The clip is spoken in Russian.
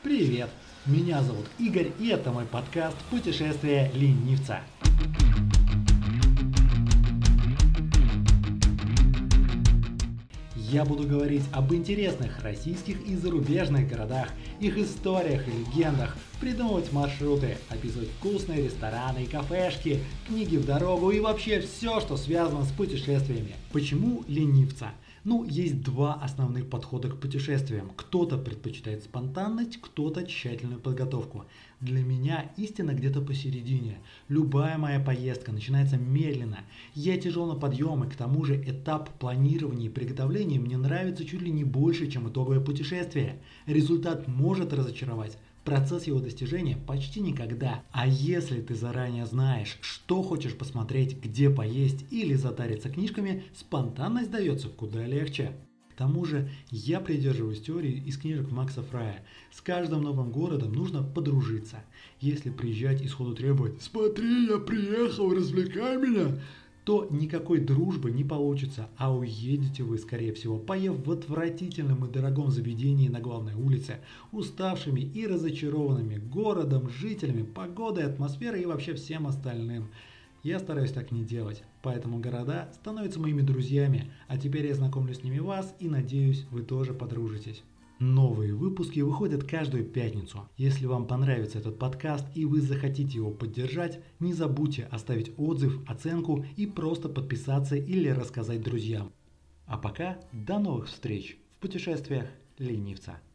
Привет! Меня зовут Игорь, и это мой подкаст «Путешествие ленивца». Я буду говорить об интересных российских и зарубежных городах, их историях и легендах, придумывать маршруты, описывать вкусные рестораны и кафешки, книги в дорогу и вообще все, что связано с путешествиями. Почему ленивца? Есть два основных подхода к путешествиям. Кто-то предпочитает спонтанность, кто-то тщательную подготовку. Для меня истина где-то посередине. Любая моя поездка начинается медленно. Я тяжел на подъем, и к тому же этап планирования и приготовления мне нравится чуть ли не больше, чем итоговое путешествие. Результат может разочаровать. Процесс его достижения почти никогда. А если ты заранее знаешь, что хочешь посмотреть, где поесть или затариться книжками, спонтанность дается куда легче. К тому же я придерживаюсь теории из книжек Макса Фрая. С каждым новым городом нужно подружиться. Если приезжать и сходу требовать «Смотри, я приехал, развлекай меня!», то никакой дружбы не получится, а уедете вы, скорее всего, поев в отвратительном и дорогом заведении на главной улице, уставшими и разочарованными городом, жителями, погодой, атмосферой и вообще всем остальным. Я стараюсь так не делать, поэтому города становятся моими друзьями, а теперь я знакомлю с ними вас и надеюсь, вы тоже подружитесь. Новые выпуски выходят каждую пятницу. Если вам понравится этот подкаст и вы захотите его поддержать, не забудьте оставить отзыв, оценку и просто подписаться или рассказать друзьям. А пока до новых встреч в путешествиях ленивца.